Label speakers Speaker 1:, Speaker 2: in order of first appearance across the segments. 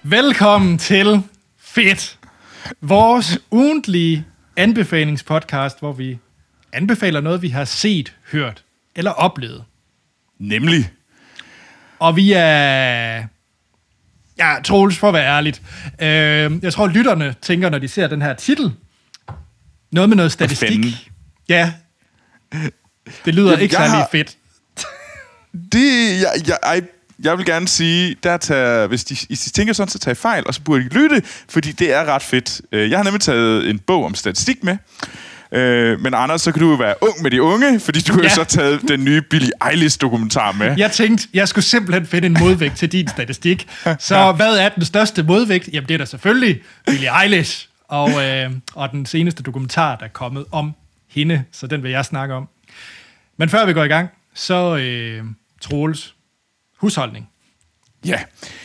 Speaker 1: Velkommen til Fedt, vores ugentlige anbefalingspodcast, hvor vi anbefaler noget, vi har set, hørt eller oplevet.
Speaker 2: Nemlig.
Speaker 1: Og vi er... Ja, Troels, for at være ærligt. Jeg tror, lytterne tænker, når de ser den her titel, noget med noget statistik. Ja, det lyder ikke særlig fedt.
Speaker 2: Jeg vil gerne sige, hvis de tænker sådan, så tag fejl, og så burde de lytte, fordi det er ret fedt. Jeg har nemlig taget en bog om statistik med, men Anders, så kan du jo være ung med de unge, fordi du har jo så taget den nye Billie Eilish-dokumentar med.
Speaker 1: Jeg tænkte, jeg skulle simpelthen finde en modvægt til din statistik. Så hvad er den største modvægt? Jamen, det er da selvfølgelig Billie Eilish, og den seneste dokumentar, der er kommet om hende, så den vil jeg snakke om. Men før vi går i gang, så Troels, husholdning.
Speaker 2: Ja.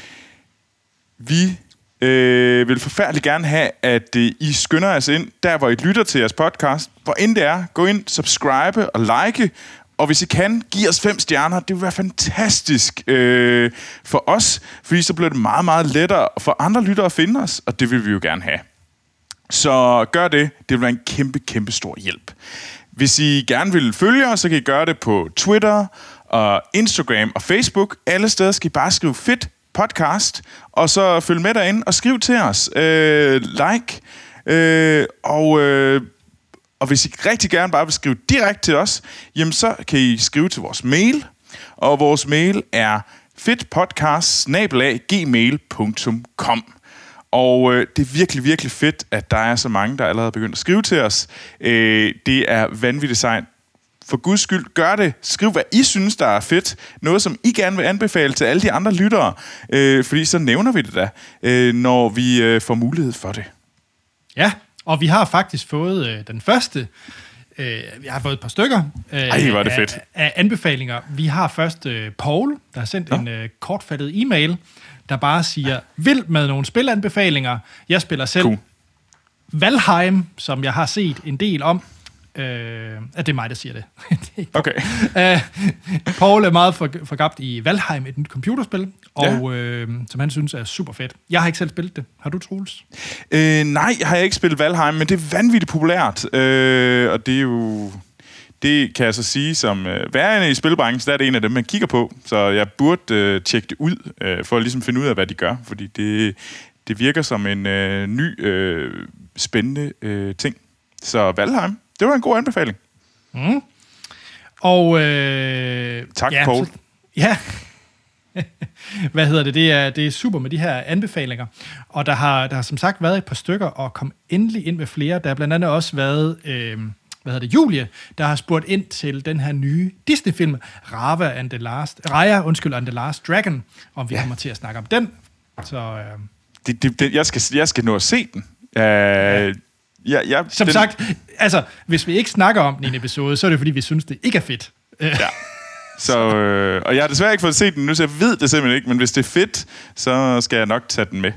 Speaker 2: Vi vil forfærdeligt gerne have, at I skynder os ind, der hvor I lytter til jeres podcast. Hvor end det er, gå ind, subscribe og like. Og hvis I kan, giv os 5 stjerner. Det vil være fantastisk for os, fordi så bliver det meget, meget lettere for andre lyttere at finde os, og det vil vi jo gerne have. Så gør det. Det vil være en kæmpe, kæmpe stor hjælp. Hvis I gerne vil følge os, så kan I gøre det på Twitter og Instagram og Facebook. Alle steder skal I bare skrive Fedt Podcast, og så følg med derinde og skriv til os. Like. Og hvis I rigtig gerne bare vil skrive direkte til os, jamen så kan I skrive til vores mail. Og vores mail er fedtpodcast@gmail.com. Og det er virkelig, virkelig fedt, at der er så mange, der allerede er begyndt at skrive til os. Det er vanvittigt sejt. For guds skyld, gør det. Skriv, hvad I synes, der er fedt. Noget, som I gerne vil anbefale til alle de andre lyttere. Fordi så nævner vi det da, når vi får mulighed for det.
Speaker 1: Ja, og vi har faktisk fået den første... jeg har fået et par stykker
Speaker 2: var det fedt.
Speaker 1: Af anbefalinger. Vi har først Paul, der har sendt en kortfattet e-mail, der bare siger, vild med nogle spilanbefalinger. Jeg spiller selv Valheim, som jeg har set en del om. Det er mig, der siger det.
Speaker 2: Okay.
Speaker 1: Paul er meget forgabt i Valheim, et nyt computerspil, og som han synes er super fedt. Jeg har ikke selv spillet det. Har du, Troels?
Speaker 2: Nej, har jeg ikke spillet Valheim, men det er vanvittigt populært. Og det er jo... Det kan jeg så sige, som værende i spilbranchen, der er det en af dem, man kigger på. Så jeg burde tjekke det ud, for at ligesom finde ud af, hvad de gør. Fordi det virker som en ny, spændende ting. Så Valheim, det var en god anbefaling.
Speaker 1: Mm. Og...
Speaker 2: tak, Paul.
Speaker 1: Ja. Hvad hedder det? Det er super med de her anbefalinger. Og der har som sagt været et par stykker, og kom endelig ind med flere. Der har blandt andet også været... Julie, der har spurgt ind til den her nye Disney-film, Raya and the Last Dragon, om vi kommer til at snakke om den. Så,
Speaker 2: jeg skal nå at se den.
Speaker 1: Som sagt, altså, hvis vi ikke snakker om den i en episode, så er det fordi, vi synes, det ikke er fedt.
Speaker 2: Ja. Så, og jeg har desværre ikke fået set den nu, så jeg ved det simpelthen ikke, men hvis det er fedt, så skal jeg nok tage den med.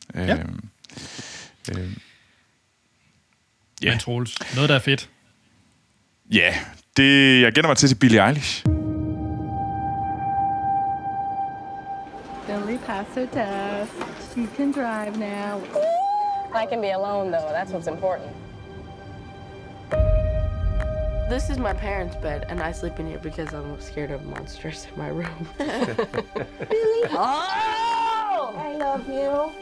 Speaker 1: Men Troels, noget der er fedt.
Speaker 2: Ja, jeg gætter mig til Billie Eilish.
Speaker 3: Billy passed her test. She can drive now.
Speaker 4: I can be alone, though. That's what's important.
Speaker 5: This is my parents' bed, and I sleep in here because I'm scared of monsters in my room.
Speaker 4: Billy? Oh! I love you.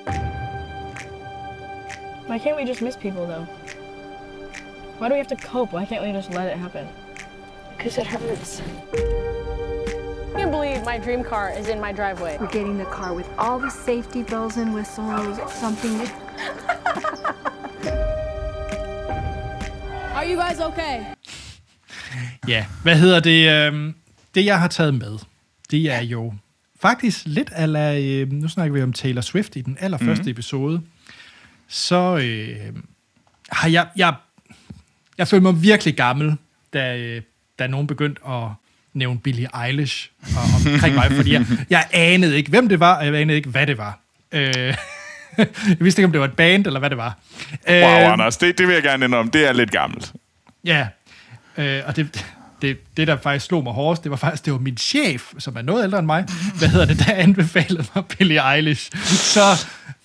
Speaker 3: Why can't we just miss people, though? Why do we have to cope? Why can't we just let it happen?
Speaker 4: Because it hurts. I can't believe my dream car is in my driveway.
Speaker 6: We're getting the car with all the safety bells and whistles, something...
Speaker 4: Are you guys okay?
Speaker 1: Ja, hvad hedder det? Det, jeg har taget med, det er jo faktisk lidt ala... Nu snakker vi om Taylor Swift i den allerførste episode. Så har jeg følte mig virkelig gammel, da nogen begyndte at nævne Billie Eilish omkring mig, fordi jeg anede ikke, hvem det var, og jeg anede ikke, hvad det var. Jeg vidste ikke, om det var et band, eller hvad det var.
Speaker 2: Wow, Anders, det vil jeg gerne indrømme. Det er lidt gammelt.
Speaker 1: Ja, og det, der faktisk slog mig hårdest, det var min chef, som er noget ældre end mig, der anbefalede mig Billie Eilish. Så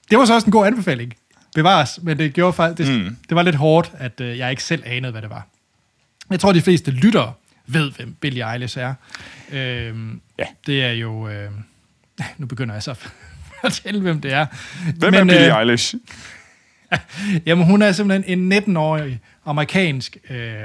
Speaker 1: Det var så også en god anbefaling. Bevares, men det gjorde faktisk, det var lidt hårdt, at jeg ikke selv anede, hvad det var. Jeg tror, de fleste lyttere ved, hvem Billie Eilish er. Det er jo... nu begynder jeg så at fortælle, hvem det er.
Speaker 2: Hvem er Billie Eilish?
Speaker 1: Jamen, hun er simpelthen en 19-årig amerikansk...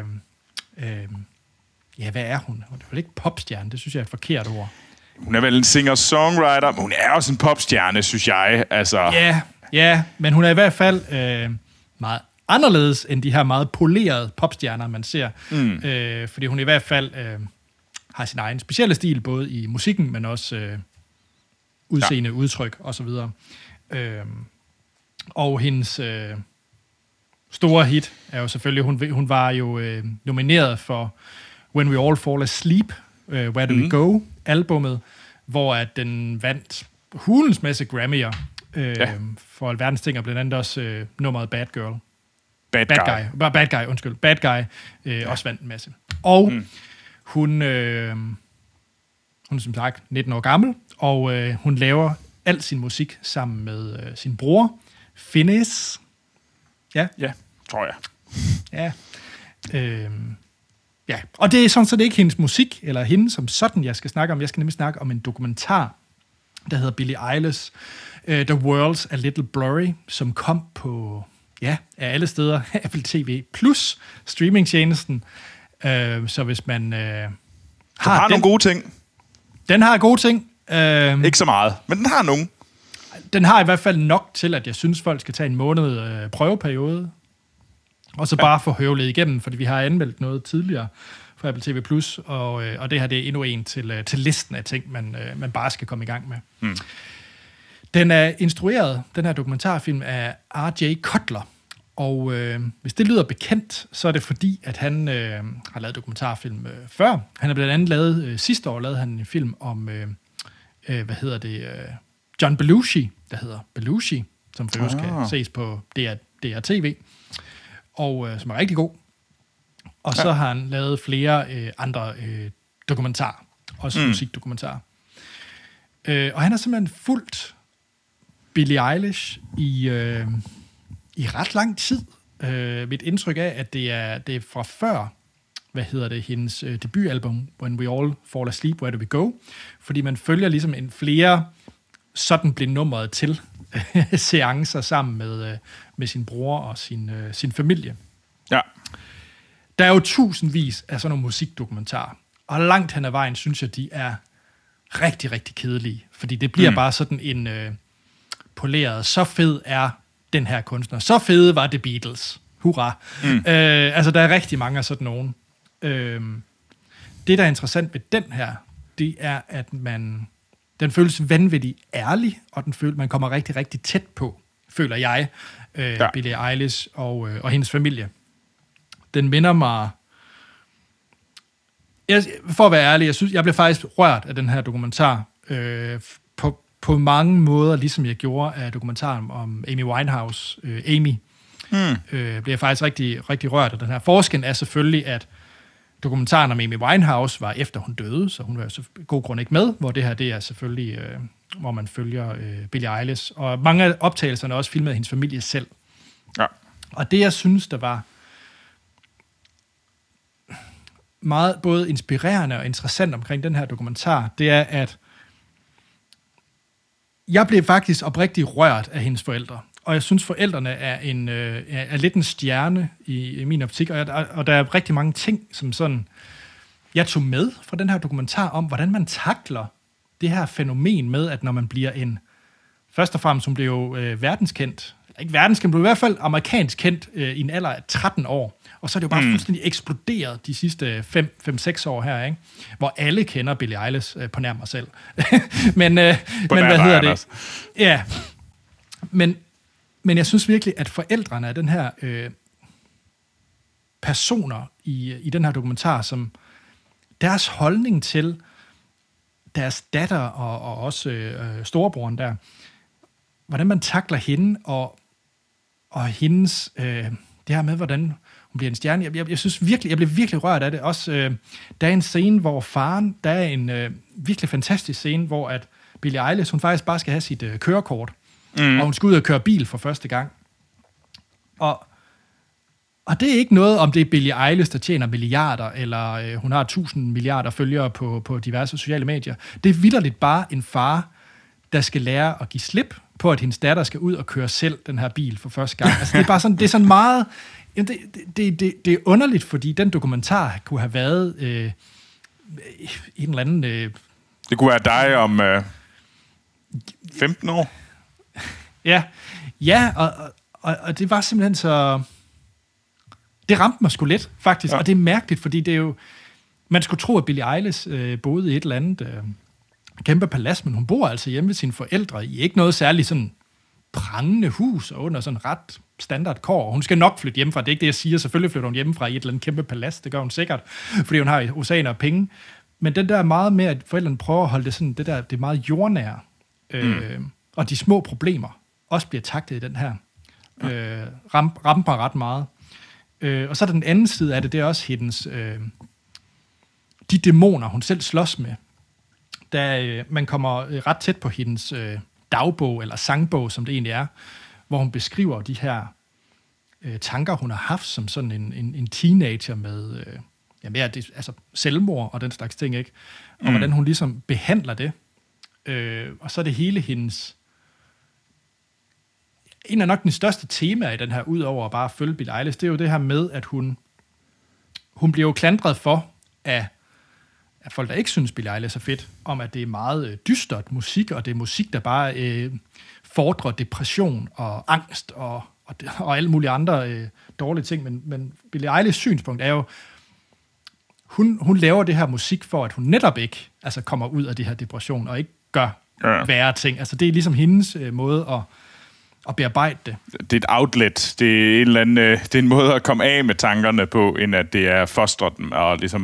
Speaker 1: hvad er hun? Hun er vel ikke popstjerne, det synes jeg er et forkert ord.
Speaker 2: Hun er vel en singer-songwriter, men hun er også en popstjerne, synes jeg. Altså.
Speaker 1: Ja, men hun er i hvert fald meget anderledes end de her meget polerede popstjerner, man ser. Fordi hun i hvert fald har sin egen specielle stil, både i musikken, men også udseende, udtryk osv. Og hendes store hit er jo selvfølgelig, hun var jo nomineret for When We All Fall Asleep, Where Do We Go, albummet, hvor at den vandt hulens masse Grammy'er for alverdens ting, og blandt andet også nummeret Bad Girl. Bad Guy også vandt en masse. Og hun er som sagt 19 år gammel, og hun laver al sin musik sammen med sin bror, Finneas. Ja,
Speaker 2: tror jeg.
Speaker 1: Ja, og det er sådan set ikke hendes musik, eller hende som sådan, jeg skal snakke om. Jeg skal nemlig snakke om en dokumentar, der hedder Billie Eilish, The World's a Little Blurry, som kom på, af alle steder, Apple TV Plus, streamingtjenesten. Så hvis man
Speaker 2: har nogle gode ting.
Speaker 1: Den har gode ting.
Speaker 2: Ikke så meget, men den har nogen.
Speaker 1: Den har i hvert fald nok til, at jeg synes, folk skal tage en måned prøveperiode, og så bare få høvlet igennem, fordi vi har anmeldt noget tidligere for Apple TV+, og det her det er endnu en til listen af ting, man bare skal komme i gang med. Den er instrueret, den her dokumentarfilm, af R.J. Cutler, og hvis det lyder bekendt, så er det fordi, at han har lavet dokumentarfilm før. Han har blandt andet lavet, sidste år lavede han en film om, John Belushi, der hedder Belushi, som for øvrigt skal ses på DR-TV, og som er rigtig god. Og så har han lavet flere andre dokumentarer, også musikdokumentarer. Og han har simpelthen fulgt Billie Eilish i ret lang tid. Mit indtryk er, at det er fra før, hendes debutalbum, When We All Fall Asleep, Where Do We Go? Fordi man følger ligesom flere sådan blev nummeret til seancer sammen med sin bror og sin familie. Ja. Der er jo tusindvis af sådan nogle musikdokumentarer, og langt hen ad vejen synes jeg, de er rigtig, rigtig kedelige, fordi det bliver bare sådan en poleret, så fed er den her kunstner, så fede var The Beatles, hurra. Altså, der er rigtig mange af sådan nogen. Det, der er interessant ved den her, det er, at den føles vanvittigt ærlig, og man kommer rigtig, rigtig tæt på, føler jeg, Billie Eilish og hendes familie. Den minder mig... For at være ærlig, jeg blev faktisk rørt af den her dokumentar, på mange måder, ligesom jeg gjorde af dokumentaren om Amy Winehouse, Amy. Blev jeg faktisk rigtig, rigtig rørt af den her. Forskellen er selvfølgelig, at dokumentaren om Amy Winehouse var efter hun døde, så hun var jo så god grund ikke med, hvor det her, det er selvfølgelig, hvor man følger Billie Eilish. Og mange af optagelserne er også filmet af hendes familie selv. Ja. Og det, jeg synes, der var meget både inspirerende og interessant omkring den her dokumentar, det er, at jeg blev faktisk oprigtigt rørt af hendes forældre. Og jeg synes, forældrene er lidt en stjerne i min optik, og der er rigtig mange ting, som sådan, jeg tog med fra den her dokumentar om, hvordan man takler det her fænomen med, at når man bliver først og fremmest, hun blev jo verdenskendt, ikke verdenskendt, men i hvert fald amerikansk kendt i en alder af 13 år, og så er det jo bare fuldstændig eksploderet de sidste 5-6 år her, ikke? Hvor alle kender Billie Eilish på nær mig selv. men hvad hedder det? Ja, men jeg synes virkelig, at forældrene af den her personer i den her dokumentar, som deres holdning til deres datter og også storebroren der, hvordan man takler hende og hendes, det her med, hvordan hun bliver en stjerne. Jeg synes virkelig, jeg blev virkelig rørt af det. Også, der er en scene, hvor faren, der er en virkelig fantastisk scene, hvor at Billie Eilish, hun faktisk bare skal have sit kørekort. og hun skal ud og køre bil for første gang. Og det er ikke noget, om det er Billie Eilish, der tjener milliarder, eller hun har 1000 milliarder følgere på diverse sociale medier. Det er vitterligt bare en far, der skal lære at give slip på, at hendes datter skal ud og køre selv den her bil for første gang. Altså, det er bare sådan, det er sådan meget... Det er underligt, fordi den dokumentar kunne have været en eller anden...
Speaker 2: Det kunne være dig om 15 år.
Speaker 1: Ja, og det var simpelthen så... Det ramte mig sgu lidt, faktisk, og det er mærkeligt, fordi det er jo... Man skulle tro, at Billie Eilish boede i et eller andet kæmpe palads, men hun bor altså hjemme ved sine forældre i ikke noget særligt sådan prangende hus og under sådan ret standard kår. Hun skal nok flytte hjemmefra, det er ikke det, jeg siger. Selvfølgelig flytter hun hjemmefra i et eller andet kæmpe palads, det gør hun sikkert, fordi hun har oceaner af penge. Men den der meget med, at forældrene prøver at holde det sådan, det er meget jordnære, og de små problemer også bliver taklet i den her. Ramper ret meget. Og så er den anden side af det, det er også hendes... de dæmoner, hun selv slås med. Da man kommer ret tæt på hendes dagbog, eller sangbog, som det egentlig er, hvor hun beskriver de her tanker, hun har haft som sådan en teenager med altså selvmord og den slags ting, ikke? Og hvordan hun ligesom behandler det. Og så er det hele hendes... En af nok den største temaer i den her, udover at bare følge Billie Eilish, det er jo det her med, at hun bliver jo klandret for af folk, der ikke synes, Billie Eilish er fedt, om at det er meget dystert musik, og det er musik, der bare fordrer depression og angst og alle mulige andre dårlige ting. Men Billie Eilishs synspunkt er jo, hun laver det her musik for, at hun netop ikke kommer ud af det her depression, og ikke gør værre ting. Altså det er ligesom hendes måde at bearbejde det.
Speaker 2: Det er et outlet. Det er en eller anden, det er en måde at komme af med tankerne på, end at det er fostret dem, og ligesom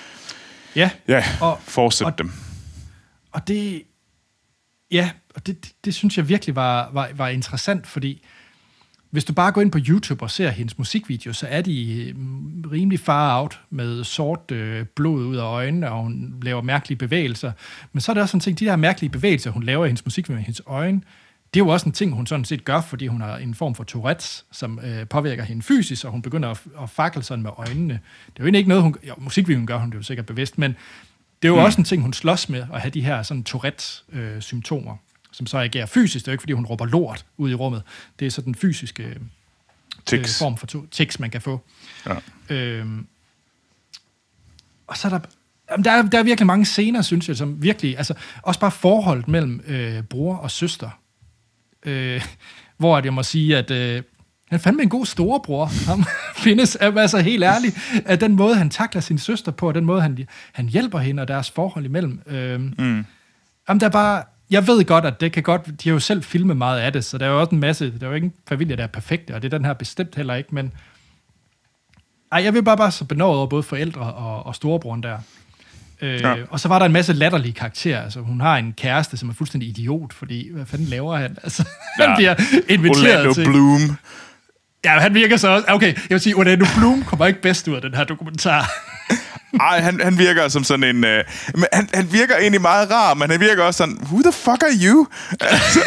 Speaker 2: fortsætte dem.
Speaker 1: Og det... Ja, og det synes jeg virkelig var interessant, fordi hvis du bare går ind på YouTube og ser hendes musikvideo, så er de rimelig far out med sort blod ud af øjnene, og hun laver mærkelige bevægelser. Men så er det også sådan ting, de der mærkelige bevægelser, hun laver i hendes musik med hendes øjne, det er jo også en ting, hun sådan set gør, fordi hun har en form for Tourettes, som påvirker hende fysisk, og hun begynder at fakle sådan med øjnene. Det er jo egentlig ikke noget, musikvideoen gør hun det jo sikkert bevidst, men det er jo også en ting, hun slås med, at have de her sådan Tourettes-symptomer, som så agerer fysisk. Det er jo ikke, fordi hun råber lort ud i rummet. Det er så den fysiske form for tics, man kan få. Ja. Og så er der er virkelig mange scener, synes jeg, som virkelig, altså også bare forholdet mellem bror og søster, hvor jeg må sige, at han fandme en god storebror. Han findes, altså helt ærligt, at den måde, han takler sin søster på, og den måde, han hjælper hende, og deres forhold imellem. Jamen, der er bare... Jeg ved godt, at det kan godt... De har jo selv filmet meget af det, så der er jo også en masse... Der er jo ikke en familie, der er perfekte, og det er den her bestemt heller ikke, men... jeg vil bare så benådet over både forældre og storebroren der. Og så var der en masse latterlige karakterer. Altså, hun har en kæreste, som er fuldstændig idiot, fordi hvad fanden laver han? Altså, han bliver inviteret
Speaker 2: Orlando
Speaker 1: til...
Speaker 2: Bloom.
Speaker 1: Ja, han virker så også... Okay, jeg vil sige, Orlando Bloom kommer ikke bedst ud af den her dokumentar.
Speaker 2: Ej, han virker som sådan en... han virker egentlig meget rar, men han virker også sådan... Who the fuck are you? Altså,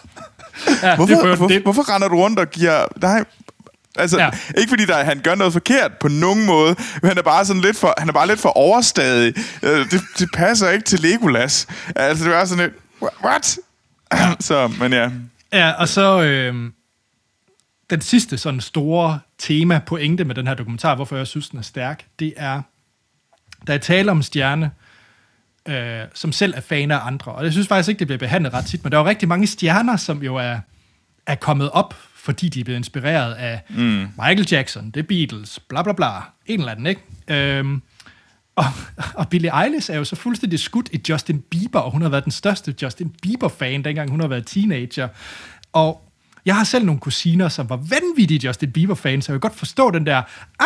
Speaker 2: hvorfor render du rundt og giver... ikke fordi han gør noget forkert på nogen måde, men han er bare sådan lidt for overstadig. Det passer ikke til Legolas. Altså, det var sådan lidt... What? Så, men ja.
Speaker 1: Ja, og så... den sidste sådan store pointe med den her dokumentar, hvorfor jeg synes, den er stærk, det er, der er tale om en stjerne, som selv er fan af andre. Og jeg synes faktisk ikke, det bliver behandlet ret tit, men der er jo rigtig mange stjerner, som jo er kommet op, fordi de er blevet inspireret af Michael Jackson, The Beatles, bla bla bla, en eller anden, ikke? Og Billie Eilish er jo så fuldstændig skudt i Justin Bieber, og hun har været den største Justin Bieber-fan, dengang hun har været teenager. Og jeg har selv nogle kusiner, som var vanvittige Justin Bieber-fans, så jeg kan godt forstå den der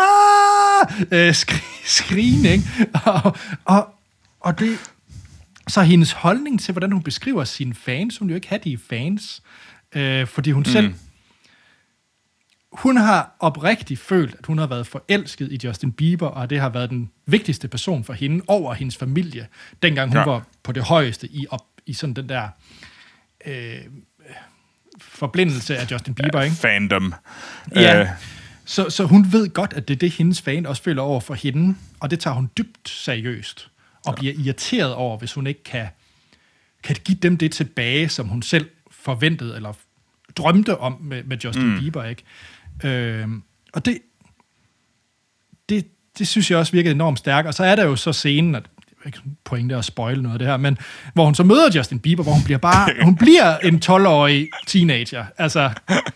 Speaker 1: skrigning. Og det... Så hendes holdning til, hvordan hun beskriver sine fans, hun jo ikke have de fans, fordi hun selv... Hun har oprigtigt følt, at hun har været forelsket i Justin Bieber, og det har været den vigtigste person for hende over hendes familie, dengang hun var på det højeste i sådan den der forblindelse af Justin Bieber, ikke?
Speaker 2: Fandom.
Speaker 1: Ja. Så hun ved godt, at det er det, hendes fan også føler over for hende, og det tager hun dybt seriøst, og bliver irriteret over, hvis hun ikke kan give dem det tilbage, som hun selv forventede, eller drømte om med Justin Bieber, ikke? Og det synes jeg også virkede enormt stærkt. Og så er der jo så scenen, at ikke pointe at spoile noget af det her, men hvor hun så møder Justin Bieber, hvor hun bliver en 12-årig teenager. Altså,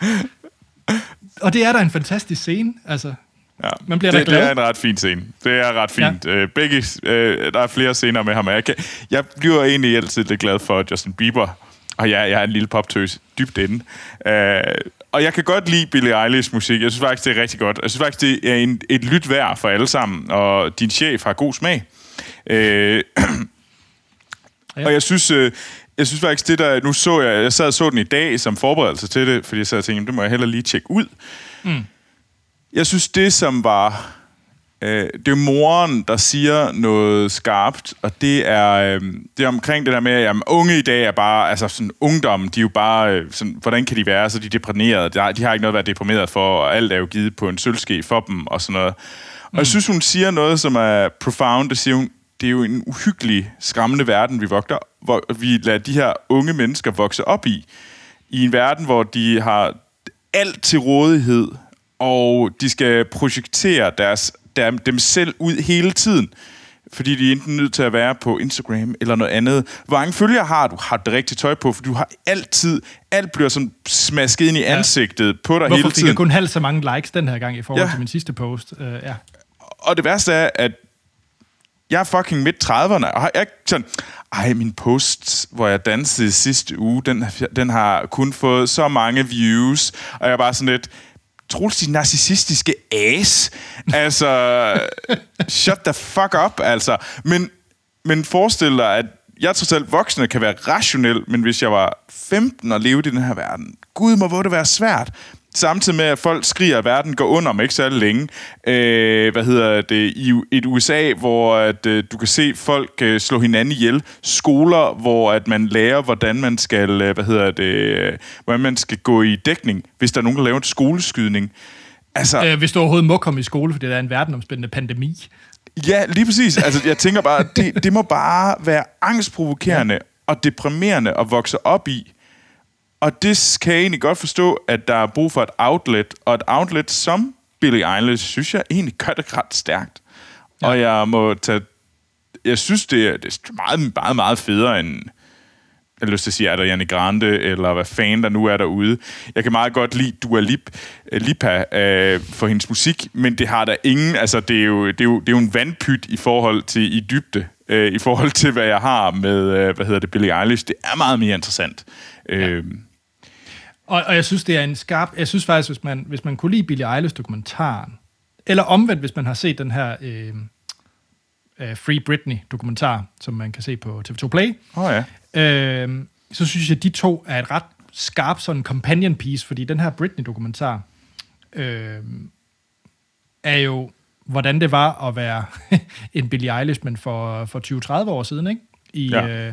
Speaker 1: og det er da en fantastisk scene. Altså, man bliver da glad.
Speaker 2: Det er en ret fin scene. Det er ret fint. Ja. Der er flere scener med ham. Jeg bliver egentlig altid lidt glad for Justin Bieber, og jeg er en lille poptøs dybt inde. Og jeg kan godt lide Billie Eilish musik. Jeg synes faktisk, det er rigtig godt. Jeg synes faktisk, det er et lyt værd for alle sammen, og din chef har god smag. Og jeg synes faktisk, det der... Nu så jeg sad og så den i dag som forberedelse til det, fordi jeg sad og tænkte, det må jeg hellere lige tjekke ud. Jeg synes, det som var... det er moren, der siger noget skarpt, og det er omkring det der med, at unge i dag er bare, altså sådan ungdommen, de er jo bare, sådan, hvordan kan de være, så de er deprimerede, de har ikke noget at være deprimeret for, og alt er jo givet på en sølvske for dem, og sådan noget. Og jeg synes, hun siger noget, som er profound, det siger hun, det er jo en uhyggelig, skræmmende verden, hvor vi lader de her unge mennesker vokse op i en verden, hvor de har alt til rådighed, og de skal projektere dem selv ud hele tiden, fordi de er enten nødt til at være på Instagram eller noget andet. Hvor mange følgere har du? Har det rigtige tøj på? For du har alt bliver sådan smasket ind i ansigtet på dig hele tiden.
Speaker 1: Hvorfor fik jeg kun halvt så mange likes den her gang i forhold til min sidste post?
Speaker 2: Og det værste er, at jeg er fucking midt 30'erne, og har jeg sådan, min post, hvor jeg dansede sidste uge, den har kun fået så mange views, og jeg er bare sådan lidt, Troels, de narcissistiske ass. Altså, shut the fuck up, altså. Men forestil dig, at jeg trods alt voksne kan være rationel, men hvis jeg var 15 og levede i den her verden, gud, må det være svært. Samtidig med, at folk skriger, at verden går under om ikke så længe. I et USA, hvor at, du kan se folk slå hinanden ihjel. Skoler, hvor at man lærer, hvordan man skal, hvordan man skal gå i dækning, hvis der er nogen, der laver en skoleskydning. Altså,
Speaker 1: hvis du overhovedet må komme i skole, fordi der er en verdenomspændende pandemi.
Speaker 2: Ja, lige præcis. Altså, jeg tænker bare, det må bare være angstprovokerende og deprimerende at vokse op i. Og det kan jeg egentlig godt forstå, at der er brug for et outlet, og et outlet som Billie Eilish, synes jeg egentlig gør det ret stærkt. Ja. Og jeg synes, det er meget, meget, meget federe end, jeg har lyst til at sige, Ariana Grande, eller hvad fanden der nu er derude. Jeg kan meget godt lide Dua Lipa for hendes musik, men det har der ingen, altså det er jo en vandpyt i forhold til i dybde, i forhold til, hvad jeg har med, Billie Eilish. Det er meget mere interessant. Ja.
Speaker 1: Og jeg synes, det er en skarp... Jeg synes faktisk, hvis man kunne lide Billie Eilish-dokumentaren, eller omvendt, hvis man har set den her Free Britney-dokumentar, som man kan se på TV2 Play, så synes jeg, at de to er et ret skarpt sådan companion piece, fordi den her Britney-dokumentar er jo, hvordan det var at være en Billie Eilish, men for 20-30 år siden, ikke?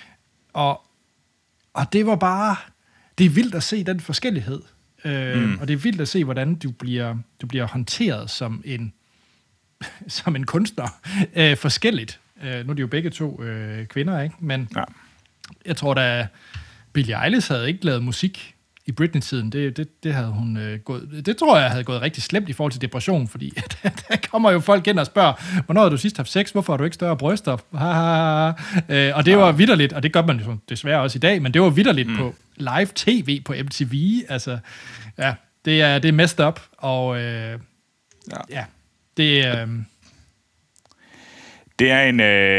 Speaker 1: Og det var bare... Det er vildt at se den forskellighed, og det er vildt at se, hvordan du bliver håndteret som en kunstner forskelligt. Nu er de jo begge to kvinder, ikke? Men jeg tror da, Billie Eilish havde ikke lavet musik i Britney-tiden. Det havde hun gået. Det tror jeg havde gået rigtig slemt i forhold til depression, fordi der kommer jo folk ind og spørger, hvornår har du sidst haft sex? Hvorfor har du ikke større bryster? Og det var vitterligt, og det gør man jo desværre også i dag, men det var vitterligt på live tv på MTV. Altså, ja, det er messed up, og det
Speaker 2: er en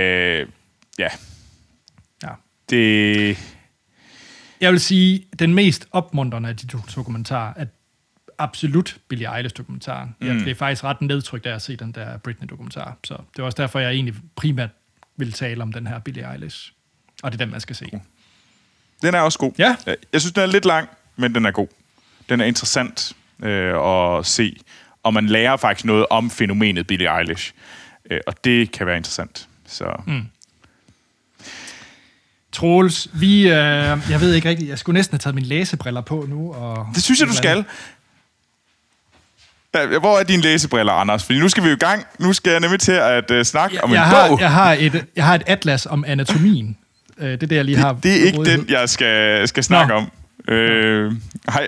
Speaker 2: det.
Speaker 1: Jeg vil sige, den mest opmuntrende af de dokumentarer er absolut Billie Eilish-dokumentaren. Det er faktisk ret nedtrykt af at se den der Britney-dokumentar. Så det er også derfor, jeg egentlig primært vil tale om den her Billie Eilish. Og det er den, man skal se.
Speaker 2: Den er også god.
Speaker 1: Ja.
Speaker 2: Jeg synes, den er lidt lang, men den er god. Den er interessant at se. Og man lærer faktisk noget om fænomenet Billie Eilish. Og det kan være interessant. Så...
Speaker 1: Troels, jeg ved ikke rigtigt, jeg skulle næsten have taget mine læsebriller på nu. Og
Speaker 2: det synes jeg, du skal. Hvor er dine læsebriller, Anders? Fordi nu skal vi i gang. Nu skal jeg nemlig til at snakke om en bog.
Speaker 1: Jeg har et atlas om anatomien. Det er det, jeg lige har.
Speaker 2: Det er ikke den, jeg skal snakke om. Hej.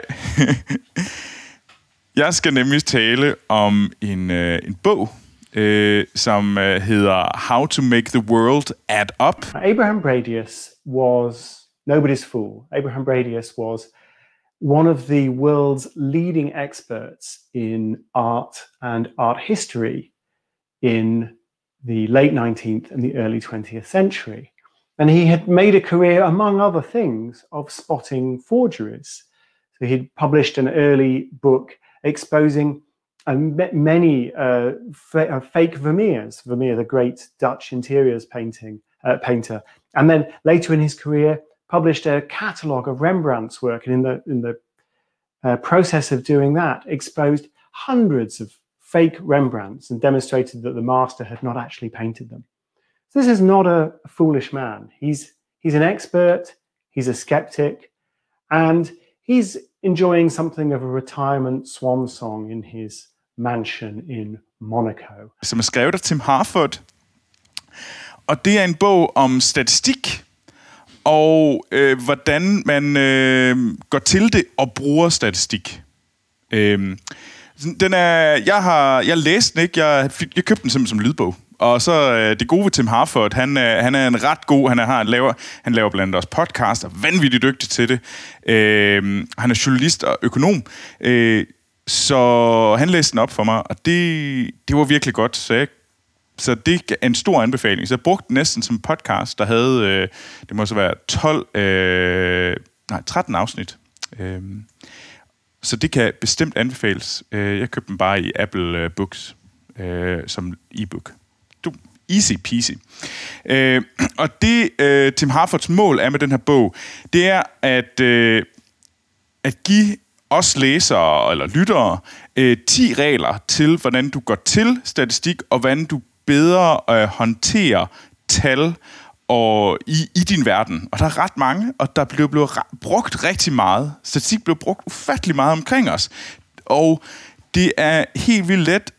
Speaker 2: Jeg skal nemlig tale om en bog, som hedder How to Make the World Add Up.
Speaker 7: Abraham Bradius was nobody's fool. Abraham Bradius was one of the world's leading experts in art and art history in the late 19th and the early 20th century. And he had made a career, among other things, of spotting forgeries. So he'd published an early book exposing many fake Vermeers. Vermeer, the great Dutch interiors painter. And then later in his career, published a catalogue of Rembrandt's work, and in the process of doing that, exposed hundreds of fake Rembrandts and demonstrated that the master had not actually painted them. So this is not a foolish man. He's an expert, he's a skeptic, and he's enjoying something of a retirement swan song in his mansion in Monaco.
Speaker 2: Som er skrevet af Tim Harford. Og det er en bog om statistik, og hvordan man går til det og bruger statistik. Jeg læste den ikke, jeg købte den simpelthen som lydbog. Og så det gode ved Tim Harford, han er en ret god, han laver blandt andet også podcast, og vanvittigt dygtig til det. Han er journalist og økonom, så han læste den op for mig, og det var virkelig godt, så det er en stor anbefaling. Så jeg brugte den næsten som podcast, der havde, det må så være 13 afsnit. Så det kan bestemt anbefales. Jeg købte den bare i Apple Books som e-book. Easy peasy. Og det Tim Harfords mål er med den her bog, det er at give os læsere eller lyttere 10 regler til, hvordan du går til statistik, og hvordan du bedre håndterer tal og i din verden. Og der er ret mange, og der blev brugt rigtig meget. Statistik blev brugt ufattelig meget omkring os. Og det er helt vildt let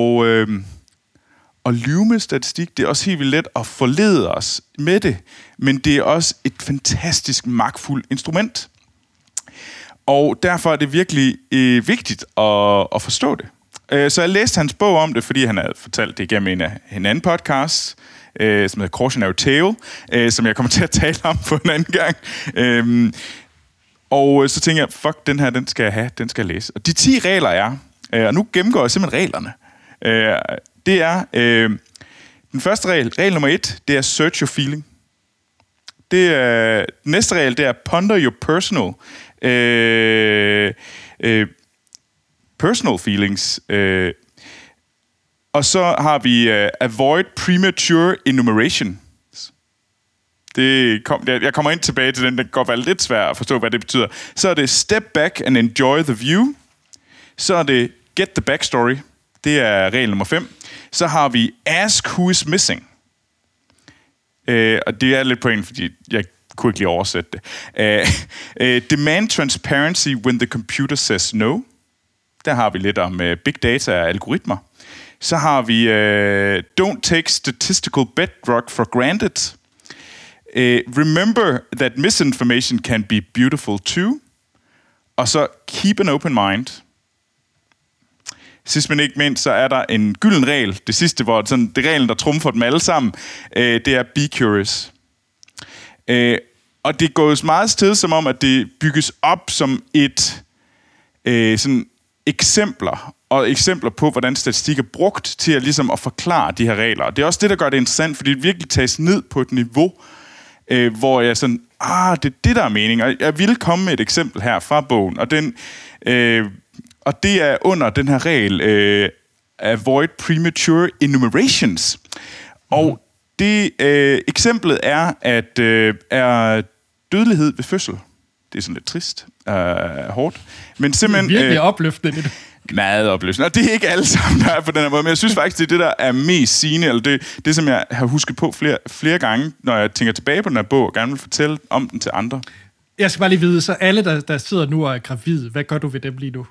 Speaker 2: at lyve med statistik. Det er også helt vildt let at forlede os med det. Men det er også et fantastisk magtfuldt instrument. Og derfor er det virkelig vigtigt at forstå det. Så jeg læste hans bog om det, fordi han havde fortalt det igennem en anden podcast, som hedder Cautionary Tale, som jeg kommer til at tale om på en anden gang. Og så tænker jeg, fuck, den her, den skal jeg have, den skal jeg læse. Og de 10 regler er, og nu gennemgår jeg simpelthen reglerne. Det er, den første regel nummer 1, det er search your feeling. Den næste regel, det er ponder your personal feelings. Og så har vi avoid premature enumeration. Jeg kommer ind tilbage til den, der går være lidt svært at forstå, hvad det betyder. Så er det step back and enjoy the view. Så er det get the backstory. Det er regel nummer 5. Så har vi ask who is missing. Og det er lidt point, fordi jeg kunne ikke lige oversætte det. Demand transparency when the computer says no. Der har vi lidt om big data og algoritmer. Så har vi don't take statistical bedrock for granted. Remember that misinformation can be beautiful too. Og så keep an open mind. Sidst men ikke mindst, så er der en gylden regel. Det sidste, hvor sådan, det er reglen, der trumfer dem alle sammen, det er be curious. Og det går jo meget sted som om, at det bygges op som et sådan eksempler på, hvordan statistik er brugt til at forklare de her regler. Det er også det, der gør det interessant, fordi det virkelig tages ned på et niveau, hvor jeg sådan, det er det, der er mening. Og jeg ville komme med et eksempel her fra bogen, og det er under den her regel, avoid premature enumerations. Og det eksemplet er, at er dødelighed ved fødsel. Det er sådan lidt trist, hårdt. Men simpelthen,
Speaker 1: det er virkelig opløftende.
Speaker 2: meget opløsende. Og det er ikke alle sammen, der er på den her måde, men jeg synes faktisk, det er det, der er mest sigende, eller det som jeg har husket på flere gange, når jeg tænker tilbage på den her bog, og gerne vil fortælle om den til andre.
Speaker 1: Jeg skal bare lige vide, så alle, der sidder nu og er gravide, hvad gør du ved dem lige nu?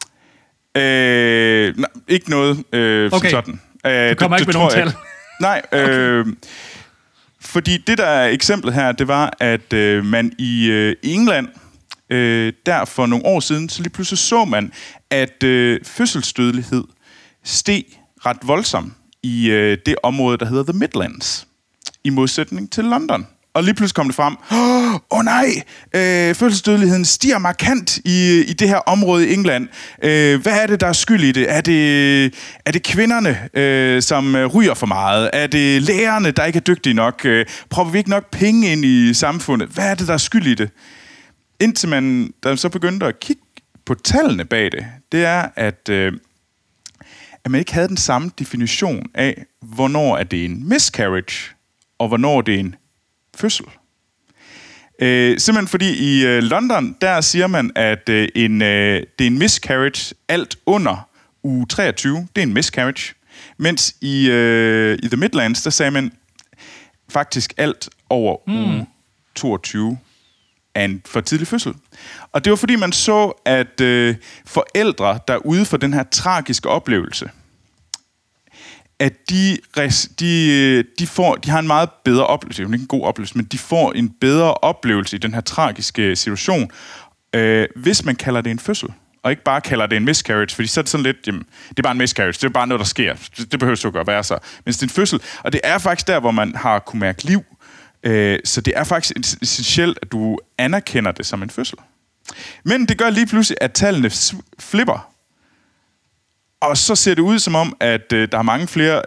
Speaker 2: Ikke noget som sådan.
Speaker 1: Du kommer ikke med nogen tal?
Speaker 2: Nej, fordi det, der er eksemplet her, det var, at man i England, der for nogle år siden, så lige pludselig så man, at fødselsdødelighed steg ret voldsomt i det område, der hedder The Midlands, i modsætning til London. Og lige pludselig kom det frem, fødselsdødeligheden stiger markant i det her område i England. Hvad er det, der er skyld i det? Er det kvinderne, som ryger for meget? Er det lægerne, der ikke er dygtige nok? Propper vi ikke nok penge ind i samfundet? Hvad er det, der er skyld i det? Indtil man så begyndte at kigge på tallene bag det er, at man ikke havde den samme definition af, hvornår er det en miscarriage, og hvornår det er en fødsel. Simpelthen fordi i London, der siger man, at det er en miscarriage alt under uge 23. Det er en miscarriage. Mens i The Midlands, der sagde man faktisk alt over uge 22 af en for tidlig fødsel. Og det var fordi man så, at forældre, der er ude for den her tragiske oplevelse, at de har en meget bedre oplevelse. Det er ikke en god oplevelse, men de får en bedre oplevelse i den her tragiske situation, hvis man kalder det en fødsel, og ikke bare kalder det en miscarriage, fordi så er det sådan lidt, jamen, det er bare en miscarriage, det er bare noget, der sker. Det behøver så godt være så. Men det er en fødsel, og det er faktisk der, hvor man har kunnet mærke liv. Så det er faktisk essentielt, at du anerkender det som en fødsel. Men det gør lige pludselig, at tallene flipper. Og så ser det ud som om, at der er mange flere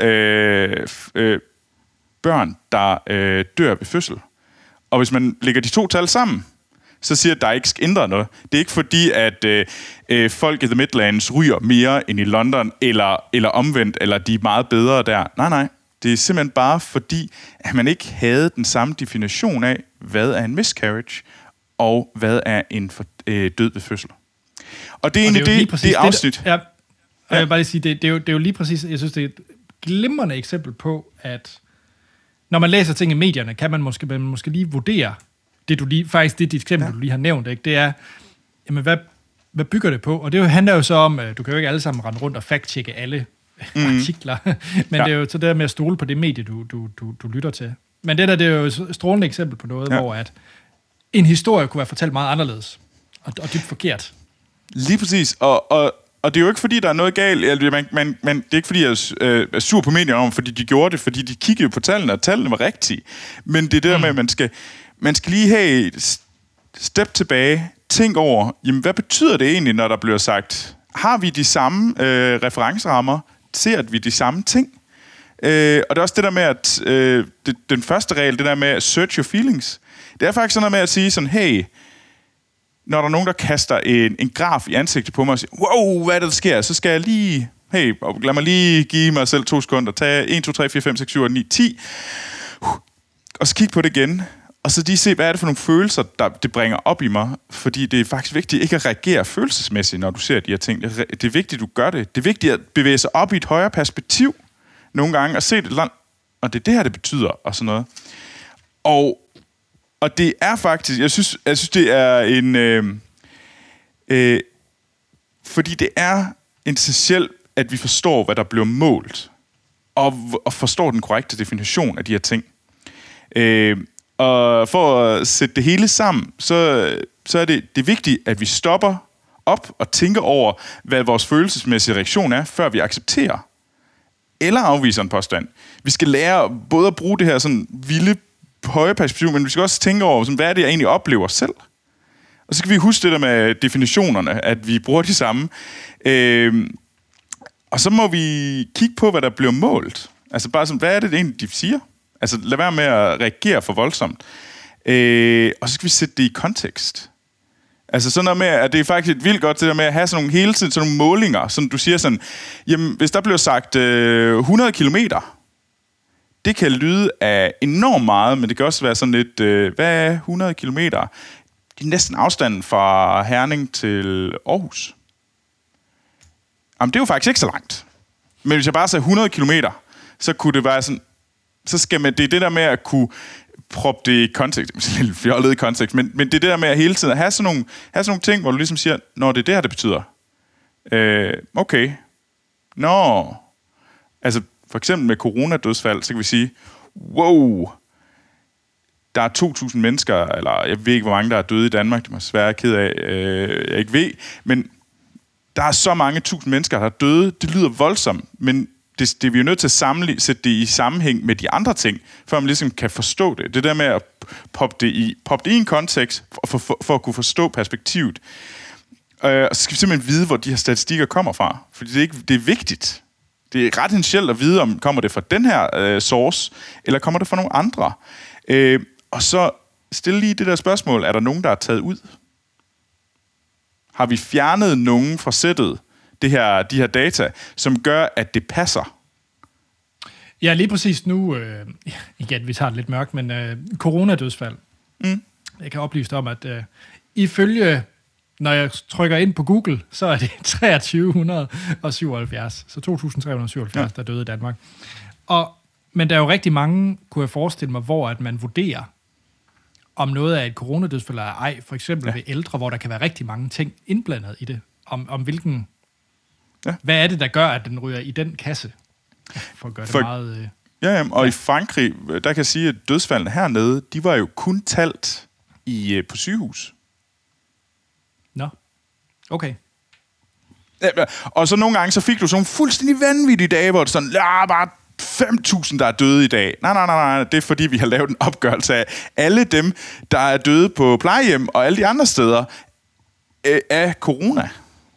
Speaker 2: børn, der dør ved fødsel. Og hvis man lægger de to tal sammen, så siger at der ikke skal ændre noget. Det er ikke fordi, at folk i The Midlands ryger mere end i London, eller omvendt, eller de er meget bedre der. Nej. Det er simpelthen bare fordi, at man ikke havde den samme definition af, hvad er en miscarriage, og hvad er en død ved fødsel. Og det er egentlig det afsnit.
Speaker 1: Jeg vil bare lige sige, det er jo lige præcis, jeg synes, det er et glimrende eksempel på, at når man læser ting i medierne, kan man måske lige vurdere, faktisk det eksempel, du lige har nævnt, ikke? Det er, jamen, hvad bygger det på? Og det handler jo så om, du kan jo ikke alle sammen rende rundt og fact-checke alle artikler, men det er jo så det der med at stole på det medie, du lytter til. Men det er jo et strålende eksempel på noget, hvor at en historie kunne være fortalt meget anderledes, og dybt forkert.
Speaker 2: Lige præcis, og det er jo ikke, fordi der er noget galt. Det er ikke, fordi jeg er sur på medierne om, fordi de gjorde det, fordi de kiggede på tallene, og tallene var rigtige. Men det er det der med, at man skal lige have et step tilbage, tænk over, jamen, hvad betyder det egentlig, når der bliver sagt, har vi de samme referencerammer, ser vi de samme ting? Og det er også det der med, at den første regel, det der med at search your feelings, det er faktisk sådan noget med at sige sådan, hey, når der er nogen, der kaster en graf i ansigtet på mig og siger, wow, hvad er det, der sker? Så skal jeg lige, lad mig lige give mig selv 2 sekunder, tage 1, 2, 3, 4, 5, 6, 7, 8, 9, 10, og så kigge på det igen, og så lige se, hvad er det for nogle følelser, det bringer op i mig, fordi det er faktisk vigtigt ikke at reagere følelsesmæssigt, når du ser de her ting. Det er vigtigt, du gør det. Det er vigtigt at bevæge sig op i et højere perspektiv nogle gange, og se det langt, og det er det her, det betyder, og sådan noget. Og det er faktisk, jeg synes det er en, fordi det er essentielt, at vi forstår, hvad der bliver målt, og forstår den korrekte definition af de her ting. Og for at sætte det hele sammen, så er det vigtigt, at vi stopper op og tænker over, hvad vores følelsesmæssige reaktion er, før vi accepterer eller afviser en påstand. Vi skal lære både at bruge det her sådan vilde høje perspektiv, men vi skal også tænke over, sådan, hvad er det, jeg egentlig oplever selv? Og så kan vi huske det der med definitionerne, at vi bruger de samme. Og så må vi kigge på, hvad der bliver målt. Altså bare sådan, hvad er det egentlig, de siger? Altså lad være med at reagere for voldsomt. Og så skal vi sætte det i kontekst. Altså sådan noget med, at det er faktisk et vildt godt det der med at have sådan nogle hele tiden sådan nogle målinger, sådan du siger sådan, jamen hvis der bliver sagt 100 kilometer, det kan lyde af enormt meget, men det kan også være sådan lidt, hvad er 100 kilometer? Det er næsten afstanden fra Herning til Aarhus. jamen det er jo faktisk ikke så langt. Men hvis jeg bare sagde 100 kilometer, så kunne det være sådan, så skal man, det er det der med at kunne proppe det i kontekst, lidt fjollet i kontekst, men det er det der med at hele tiden have sådan nogle ting, hvor du ligesom siger, når det er det her, det betyder. Okay. Nå. Altså, for eksempel med coronadødsfald, så kan vi sige, wow, der er 2.000 mennesker, eller jeg ved ikke, hvor mange der er døde i Danmark, det må svære ked af, jeg ikke ved, men der er så mange 1.000 mennesker, der er døde. Det lyder voldsomt, men det vi er nødt til at sætte det i sammenhæng med de andre ting, for man ligesom kan forstå det. Det der med at poppe det i en kontekst, for at kunne forstå perspektivet. Og så skal vi simpelthen vide, hvor de her statistikker kommer fra. Fordi det er vigtigt. Det er ret essentielt at vide, om kommer det fra den her source, eller kommer det fra nogle andre. Og så stille lige det der spørgsmål, er der nogen, der er taget ud? Har vi fjernet nogen fra sættet, de her data, som gør, at det passer?
Speaker 1: Ja, lige præcis nu, igen, vi tager det lidt mørkt, men coronadødsfald. Jeg kan oplyse dig om, at ifølge, når jeg trykker ind på Google, så er det 2377, så 2377, der døde i Danmark. Men der er jo rigtig mange, kunne jeg forestille mig, hvor at man vurderer, om noget af et coronadødsfald er ej, for eksempel ved ældre, hvor der kan være rigtig mange ting indblandet i det, om hvilken... Ja. Hvad er det, der gør, at den ryger i den kasse? For at gøre det meget...
Speaker 2: Og i Frankrig, der kan jeg sige, at dødsfaldene hernede, de var jo kun talt på sygehus.
Speaker 1: Nå, okay.
Speaker 2: Og så nogle gange, så fik du sådan fuldstændig vanvittige dage, hvor det sådan, bare 5.000, der er døde i dag. Nej, det er fordi, vi har lavet en opgørelse af alle dem, der er døde på plejehjem og alle de andre steder af corona.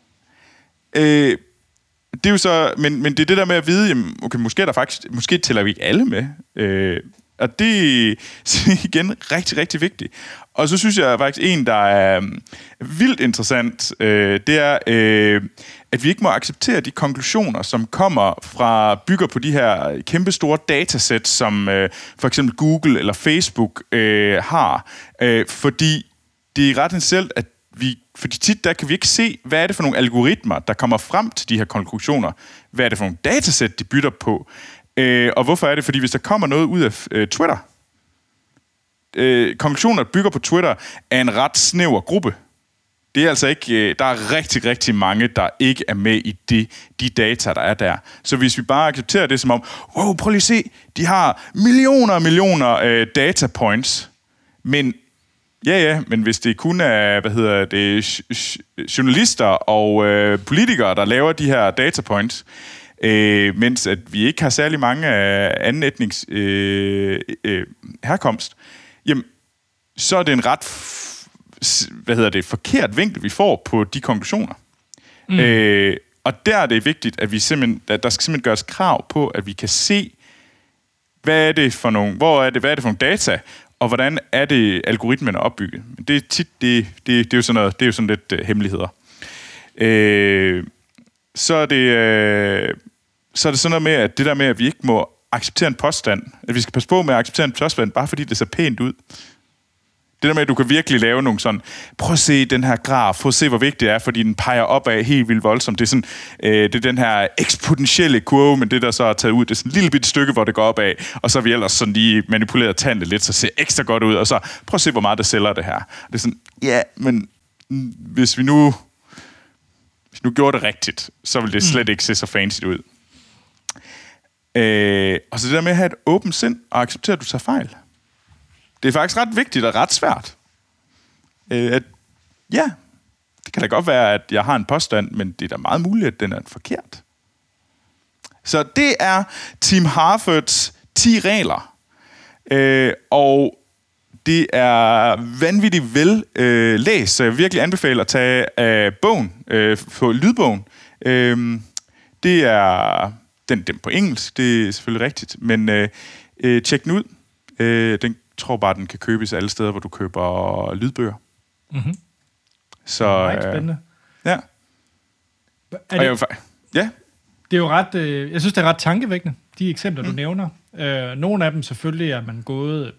Speaker 2: Det er jo så, men det er det der med at vide, jamen, okay, måske tæller vi ikke alle med. Og det er igen rigtig, rigtig vigtigt. Og så synes jeg faktisk, en, der er vildt interessant, det er, at vi ikke må acceptere de konklusioner, som bygger på de her kæmpe store datasæt, som for eksempel Google eller Facebook har. Fordi det er ret essentielt, at fordi tit, der kan vi ikke se, hvad er det for nogle algoritmer, der kommer frem til de her konklusioner. Hvad er det for nogle datasæt, de bytter på? Og hvorfor er det? Fordi hvis der kommer noget ud af Twitter, konklusioner, der bygger på Twitter, er en ret snæver gruppe. Det er altså ikke... Der er rigtig, rigtig mange, der ikke er med i de data, der er der. Så hvis vi bare accepterer det som om, wow, prøv lige at se, de har millioner og millioner data points, men... Ja, men hvis det kun er, journalister og politikere, der laver de her data points, mens at vi ikke har særlig mange af anden etnisk herkomst, jamen, så er det en ret forkert vinkel, vi får på de konklusioner. Og der er det vigtigt, at der skal simpelthen gøres krav på, at vi kan se, hvad er det for nogle data, og hvordan er det algoritmen er opbygget. Det er tit det er jo sådan noget, det er jo sådan lidt hemmeligheder. Så er det sådan noget med, at det der med, at vi ikke må acceptere en påstand, at vi skal passe på med at acceptere en påstand, bare fordi det ser pænt ud. Det der med, at du kan virkelig lave nogle sådan, prøv at se den her graf, prøv at se, hvor vigtigt det er, fordi den peger opad helt vildt voldsomt. Det er sådan, det er den her eksponentielle kurve, men det der så er taget ud, det er sådan et lille bitte stykke, hvor det går opad, og så har vi ellers sådan lige manipuleret tallet lidt, så det ser ekstra godt ud, og så prøv at se, hvor meget det sælger det her. Det er sådan, men hvis vi nu gjorde det rigtigt, så ville det slet ikke se så fancy ud. Og så det der med at have et åbent sind og acceptere, at du tager fejl. Det er faktisk ret vigtigt og ret svært. Det kan da godt være, at jeg har en påstand, men det er da meget muligt, at den er forkert. Så det er Team Harfords 10 regler. Og det er vanvittigt vel læst, så jeg virkelig anbefaler at tage bogen på lydbogen. Det er den på engelsk, det er selvfølgelig rigtigt, men tjek den ud. Den tror bare, den kan købes alle steder, hvor du køber lydbøger.
Speaker 1: Mm-hmm.
Speaker 2: Så
Speaker 1: meget spændende.
Speaker 2: Ja. Ja.
Speaker 1: Det er jo ret... jeg synes, det er ret tankevækkende, de eksempler, du nævner. Nogle af dem selvfølgelig er man gået...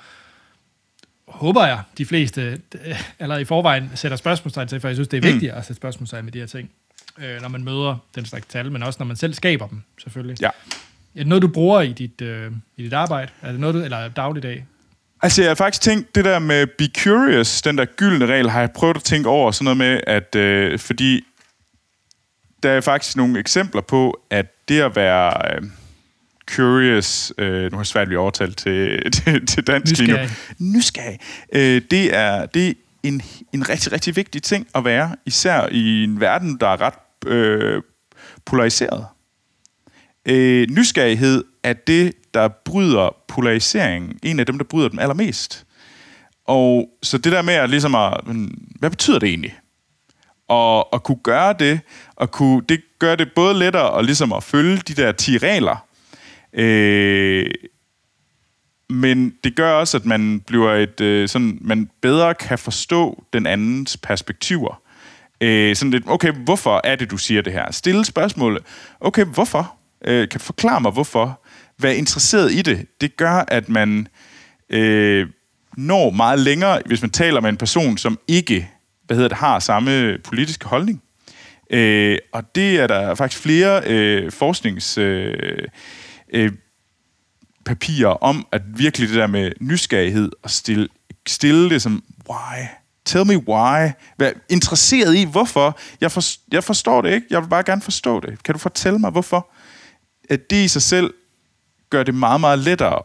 Speaker 1: Håber jeg, de fleste allerede i forvejen sætter spørgsmålstegn til, for jeg synes, det er vigtigt at sætte spørgsmålstegn med de her ting. når man møder den slags tal, men også når man selv skaber dem, selvfølgelig.
Speaker 2: Ja.
Speaker 1: Er det noget, du bruger i dit arbejde? Er det noget, eller dagligdag?
Speaker 2: Altså, jeg har faktisk tænkt, det der med be curious, den der gyldne regel, har jeg prøvet at tænke over sådan noget med, at fordi der er faktisk nogle eksempler på, at det at være curious, nu har jeg svært ved at overtale til dansk lige nu. Nysgerrig. Det er en rigtig, rigtig vigtig ting at være, især i en verden, der er ret polariseret. Nysgerrighed er det, der bryder polariseringen. En af dem, der bryder den allermest. Og så det der med at ligesom hvad betyder det egentlig? Og at kunne gøre det, det gør det både lettere at ligesom at følge de der 10 regler, men det gør også, at man bliver man bedre kan forstå den andens perspektiver. Sådan lidt, okay, hvorfor er det, du siger det her? Stille spørgsmålet, okay, hvorfor? Kan du forklare mig, hvorfor? Vær interesseret i det. Det gør, at man når meget længere, hvis man taler med en person, som ikke har samme politiske holdning. Og det er der faktisk flere forskningspapirer om, at virkelig det der med nysgerrighed og stille det som, why? Tell me why. Vær interesseret i, hvorfor. Jeg forstår det ikke. Jeg vil bare gerne forstå det. Kan du fortælle mig, hvorfor? At det i sig selv gør det meget, meget lettere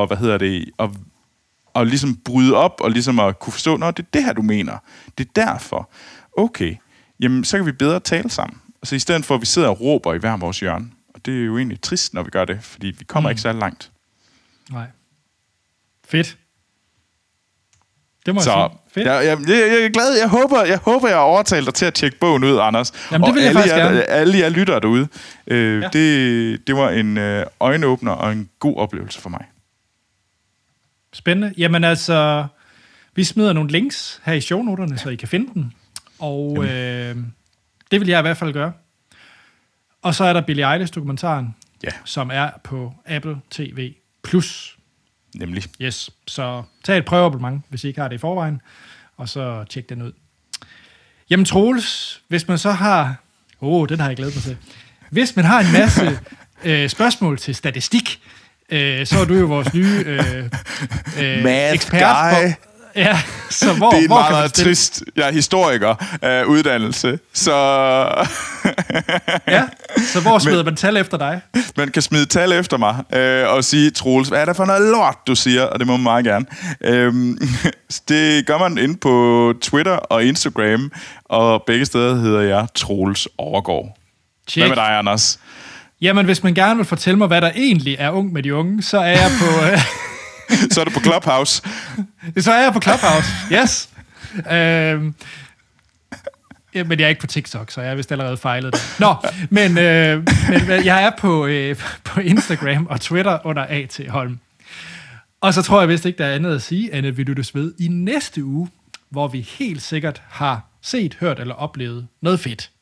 Speaker 2: at ligesom bryde op og ligesom at kunne forstå, det er det her, du mener. Det er derfor. Okay, jamen så kan vi bedre tale sammen. Altså i stedet for, at vi sidder og råber i hver vores hjørne. Og det er jo egentlig trist, når vi gør det, fordi vi kommer ikke særlig langt.
Speaker 1: Nej. Fedt. Det må jeg sige. Fedt.
Speaker 2: Jeg er glad. Jeg håber, jeg har overtalt dig til at tjekke bogen ud, Anders.
Speaker 1: Jamen, det vil jeg faktisk gerne.
Speaker 2: Alle jer lyttere derude. Det var en øjenåbner og en god oplevelse for mig.
Speaker 1: Spændende. Jamen altså, vi smider nogle links her i shownoterne, så I kan finde den. Og det vil jeg i hvert fald gøre. Og så er der Billie Eilish-dokumentaren, som er på Apple TV+.
Speaker 2: Nemlig.
Speaker 1: Yes, så tag et prøveabonnement, hvis I ikke har det i forvejen, og så tjek den ud. Jamen Troels, hvis man så har... den har jeg glædet mig til. Hvis man har en masse spørgsmål til statistik, så er du jo vores nye ekspert
Speaker 2: guy.
Speaker 1: Ja, så
Speaker 2: det er en meget trist... Jeg er historiker af uddannelse, så...
Speaker 1: ja, så hvor smider man tal efter dig?
Speaker 2: Man kan smide tal efter mig og sige, Troels, hvad er der for noget lort, du siger? Og det må man meget gerne. Det gør man inde på Twitter og Instagram, og begge steder hedder jeg Troels Overgaard.
Speaker 1: Check.
Speaker 2: Hvad med dig, Anders?
Speaker 1: Jamen, hvis man gerne vil fortælle mig, hvad der egentlig er ung med de unge, så er jeg på...
Speaker 2: Så er du på Clubhouse.
Speaker 1: Så er jeg på Clubhouse, yes. Men jeg er ikke på TikTok, så jeg har vist allerede fejlet det. Nå, men jeg er på Instagram og Twitter under A.T. Holm. Og så tror jeg vist ikke, der er andet at sige, end at vi lyttes ved i næste uge, hvor vi helt sikkert har set, hørt eller oplevet noget fedt.